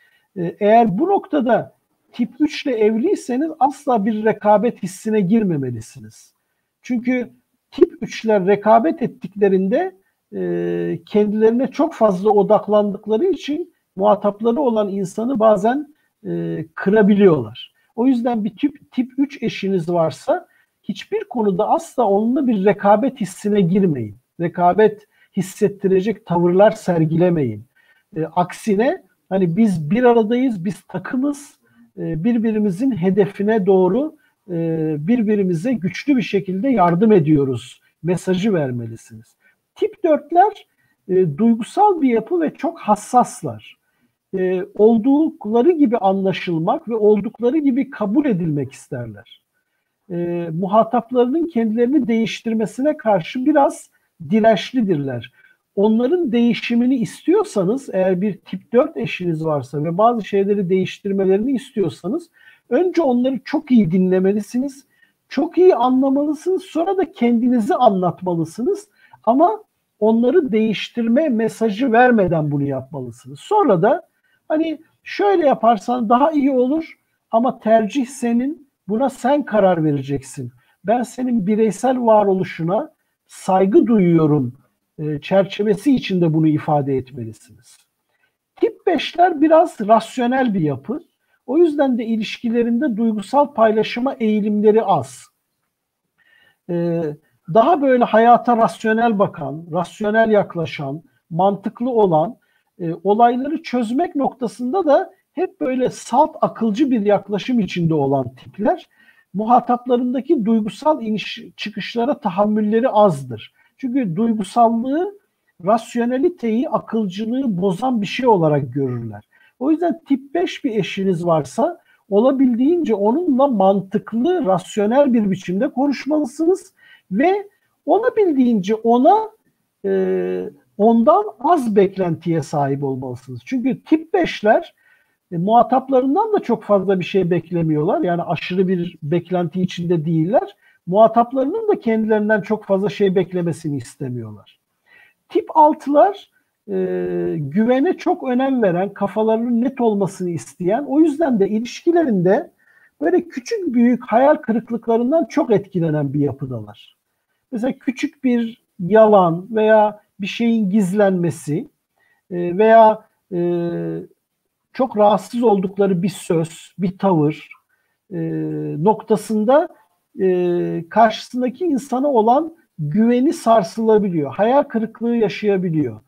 Eğer bu noktada tip 3 ile evliyseniz asla bir rekabet hissine girmemelisiniz. Çünkü tip 3'ler rekabet ettiklerinde kendilerine çok fazla odaklandıkları için muhatapları olan insanı bazen kırabiliyorlar. O yüzden bir tip 3 eşiniz varsa hiçbir konuda asla onunla bir rekabet hissine girmeyin. Rekabet hissettirecek tavırlar sergilemeyin. Aksine hani biz bir aradayız, biz takımız, birbirimizin hedefine doğru birbirimize güçlü bir şekilde yardım ediyoruz mesajı vermelisiniz. Tip 4'ler duygusal bir yapı ve çok hassaslar. oldukları gibi anlaşılmak ve oldukları gibi kabul edilmek isterler. Muhataplarının kendilerini değiştirmesine karşı biraz dirençlidirler. Onların değişimini istiyorsanız, eğer bir tip 4 eşiniz varsa ve bazı şeyleri değiştirmelerini istiyorsanız, önce onları çok iyi dinlemelisiniz, çok iyi anlamalısınız, sonra da kendinizi anlatmalısınız. Ama onları değiştirme mesajı vermeden bunu yapmalısınız. Sonra da hani şöyle yaparsan daha iyi olur ama tercih senin, buna sen karar vereceksin. Ben senin bireysel varoluşuna saygı duyuyorum çerçevesi içinde bunu ifade etmelisiniz. Tip 5'ler biraz rasyonel bir yapı. O yüzden de ilişkilerinde duygusal paylaşıma eğilimleri az. Daha böyle hayata rasyonel bakan, rasyonel yaklaşan, mantıklı olan, olayları çözmek noktasında da hep böyle salt akılcı bir yaklaşım içinde olan tipler, muhataplarındaki duygusal iniş çıkışlara tahammülleri azdır. Çünkü duygusallığı, rasyoneliteyi, akılcılığı bozan bir şey olarak görürler. O yüzden tip 5 bir eşiniz varsa olabildiğince onunla mantıklı, rasyonel bir biçimde konuşmalısınız ve olabildiğince ondan az beklentiye sahip olmalısınız. Çünkü tip 5'ler muhataplarından da çok fazla bir şey beklemiyorlar. Yani aşırı bir beklenti içinde değiller. Muhataplarının da kendilerinden çok fazla şey beklemesini istemiyorlar. Tip 6'lar güvene çok önem veren, kafalarının net olmasını isteyen, o yüzden de ilişkilerinde böyle küçük büyük hayal kırıklıklarından çok etkilenen bir yapıdalar. Mesela küçük bir yalan veya bir şeyin gizlenmesi veya çok rahatsız oldukları bir söz, bir tavır noktasında karşısındaki insana olan güveni sarsılabiliyor. Hayal kırıklığı yaşayabiliyor.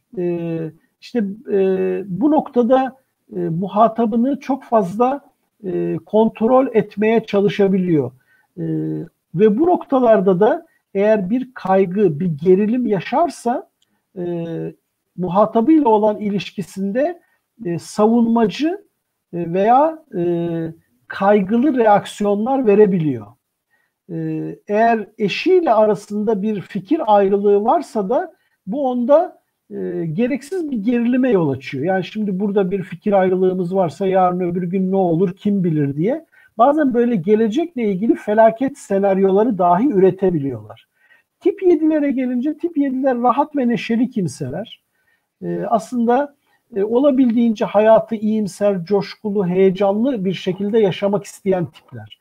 Bu noktada muhatabını çok fazla kontrol etmeye çalışabiliyor. Ve bu noktalarda da eğer bir kaygı, bir gerilim yaşarsa muhatabıyla olan ilişkisinde savunmacı veya kaygılı reaksiyonlar verebiliyor. Eğer eşiyle arasında bir fikir ayrılığı varsa da bu onda gereksiz bir gerilime yol açıyor. Yani şimdi burada bir fikir ayrılığımız varsa yarın öbür gün ne olur kim bilir diye bazen böyle gelecekle ilgili felaket senaryoları dahi üretebiliyorlar. Tip 7'lere gelince tip 7'ler rahat ve neşeli kimseler. Aslında olabildiğince hayatı iyimser, coşkulu, heyecanlı bir şekilde yaşamak isteyen tipler.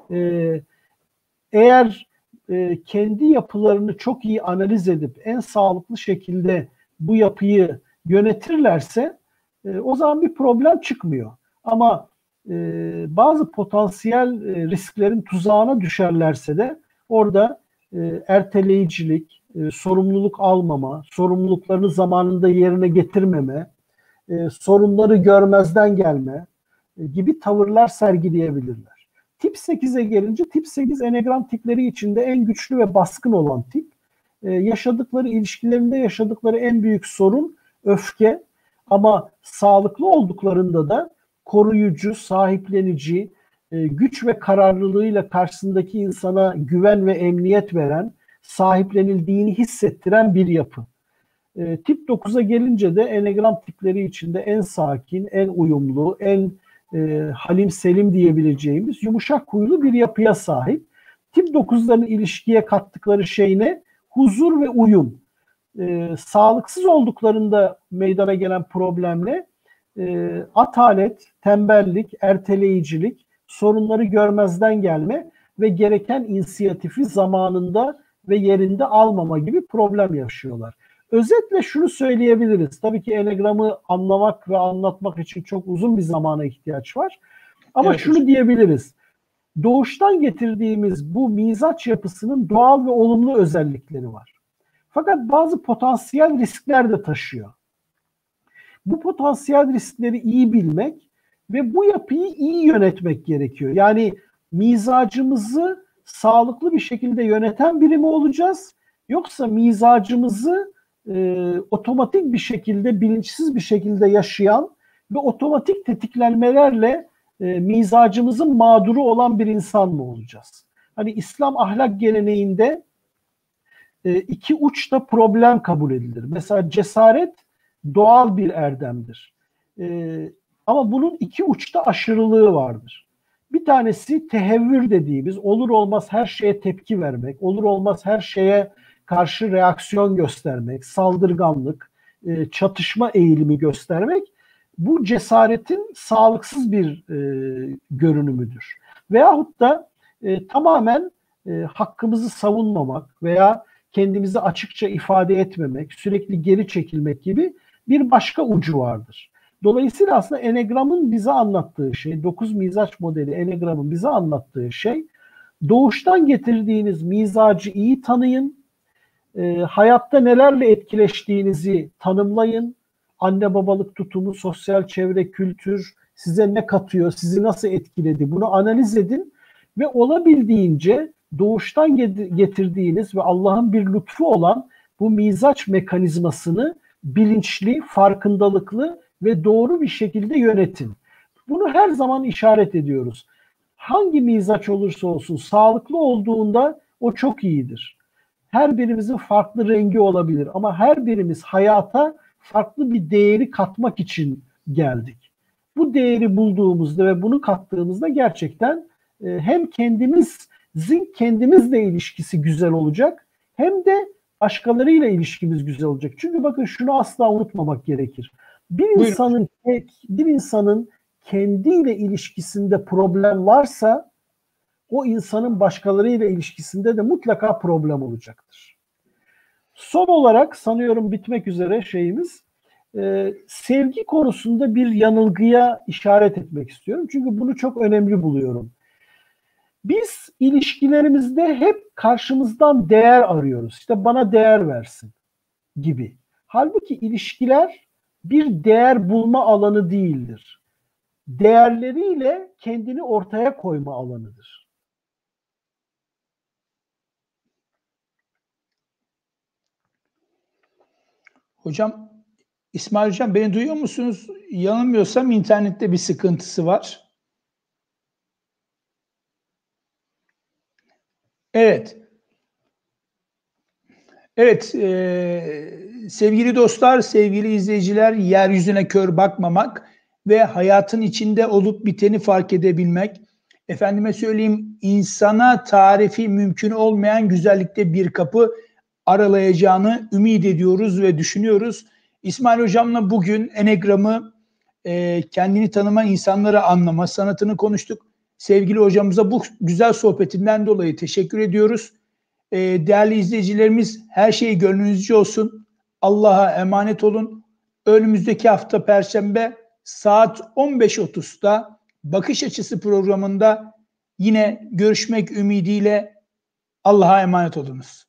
Eğer kendi yapılarını çok iyi analiz edip en sağlıklı şekilde bu yapıyı yönetirlerse o zaman bir problem çıkmıyor. Ama bazı potansiyel risklerin tuzağına düşerlerse de orada erteleyicilik, sorumluluk almama, sorumluluklarını zamanında yerine getirmeme, sorunları görmezden gelme gibi tavırlar sergileyebilirler. Tip 8'e gelince tip 8 enegram tipleri içinde en güçlü ve baskın olan tip. Yaşadıkları ilişkilerinde yaşadıkları en büyük sorun öfke, ama sağlıklı olduklarında da koruyucu, sahiplenici, güç ve kararlılığıyla karşısındaki insana güven ve emniyet veren, sahiplenildiğini hissettiren bir yapı. Tip 9'a gelince de enegram tipleri içinde en sakin, en uyumlu, en halim selim diyebileceğimiz yumuşak huylu bir yapıya sahip. Tip 9'ların ilişkiye kattıkları şey ne? Huzur ve uyum. Sağlıksız olduklarında meydana gelen problem ne? Atalet, tembellik, erteleyicilik, sorunları görmezden gelme ve gereken inisiyatifi zamanında ve yerinde almama gibi problem yaşıyorlar. Özetle şunu söyleyebiliriz. Tabii ki enegramı anlamak ve anlatmak için çok uzun bir zamana ihtiyaç var. Ama evet, şunu diyebiliriz. Doğuştan getirdiğimiz bu mizaç yapısının doğal ve olumlu özellikleri var. Fakat bazı potansiyel riskler de taşıyor. Bu potansiyel riskleri iyi bilmek ve bu yapıyı iyi yönetmek gerekiyor. Yani mizacımızı sağlıklı bir şekilde yöneten biri mi olacağız? Yoksa mizacımızı otomatik bir şekilde, bilinçsiz bir şekilde yaşayan ve otomatik tetiklenmelerle mizacımızın mağduru olan bir insan mı olacağız? Hani İslam ahlak geleneğinde iki uçta problem kabul edilir. Mesela cesaret doğal bir erdemdir. Ama bunun iki uçta aşırılığı vardır. Bir tanesi tehevvür dediğimiz, olur olmaz her şeye tepki vermek, olur olmaz her şeye karşı reaksiyon göstermek, saldırganlık, çatışma eğilimi göstermek, bu cesaretin sağlıksız bir görünümüdür. Veyahut da tamamen hakkımızı savunmamak veya kendimizi açıkça ifade etmemek, sürekli geri çekilmek gibi bir başka ucu vardır. Dolayısıyla aslında Enegram'ın bize anlattığı şey, 9 mizaç modeli Enegram'ın bize anlattığı şey, doğuştan getirdiğiniz mizacı iyi tanıyın, hayatta nelerle etkileştiğinizi tanımlayın, anne babalık tutumu, sosyal çevre, kültür size ne katıyor, sizi nasıl etkiledi bunu analiz edin ve olabildiğince doğuştan getirdiğiniz ve Allah'ın bir lütfu olan bu mizaç mekanizmasını bilinçli, farkındalıklı ve doğru bir şekilde yönetin. Bunu her zaman işaret ediyoruz. Hangi mizaç olursa olsun sağlıklı olduğunda o çok iyidir. Her birimizin farklı rengi olabilir ama her birimiz hayata farklı bir değeri katmak için geldik. Bu değeri bulduğumuzda ve bunu kattığımızda gerçekten hem kendimizle ilişkisi güzel olacak hem de başkalarıyla ilişkimiz güzel olacak. Çünkü bakın şunu asla unutmamak gerekir. Bir insanın kendiyle ilişkisinde problem varsa o insanın başkalarıyla ilişkisinde de mutlaka problem olacaktır. Son olarak sanıyorum bitmek üzere şeyimiz, sevgi konusunda bir yanılgıya işaret etmek istiyorum. Çünkü bunu çok önemli buluyorum. Biz ilişkilerimizde hep karşımızdan değer arıyoruz. İşte bana değer versin gibi. Halbuki ilişkiler bir değer bulma alanı değildir. Değerleriyle kendini ortaya koyma alanıdır. Hocam, İsmail Hocam beni duyuyor musunuz? Yanılmıyorsam internette bir sıkıntısı var. Evet. Evet, sevgili dostlar, sevgili izleyiciler, yeryüzüne kör bakmamak ve hayatın içinde olup biteni fark edebilmek, efendime söyleyeyim, insana tarifi mümkün olmayan güzellikte bir kapı aralayacağını ümit ediyoruz ve düşünüyoruz. İsmail Hocam'la bugün Enegram'ı, kendini tanıma, insanları anlama sanatını konuştuk. Sevgili hocamıza bu güzel sohbetinden dolayı teşekkür ediyoruz. Değerli izleyicilerimiz, her şey gönlünüzce olsun. Allah'a emanet olun. Önümüzdeki hafta Perşembe saat 15.30'da Bakış Açısı programında yine görüşmek ümidiyle Allah'a emanet olunuz.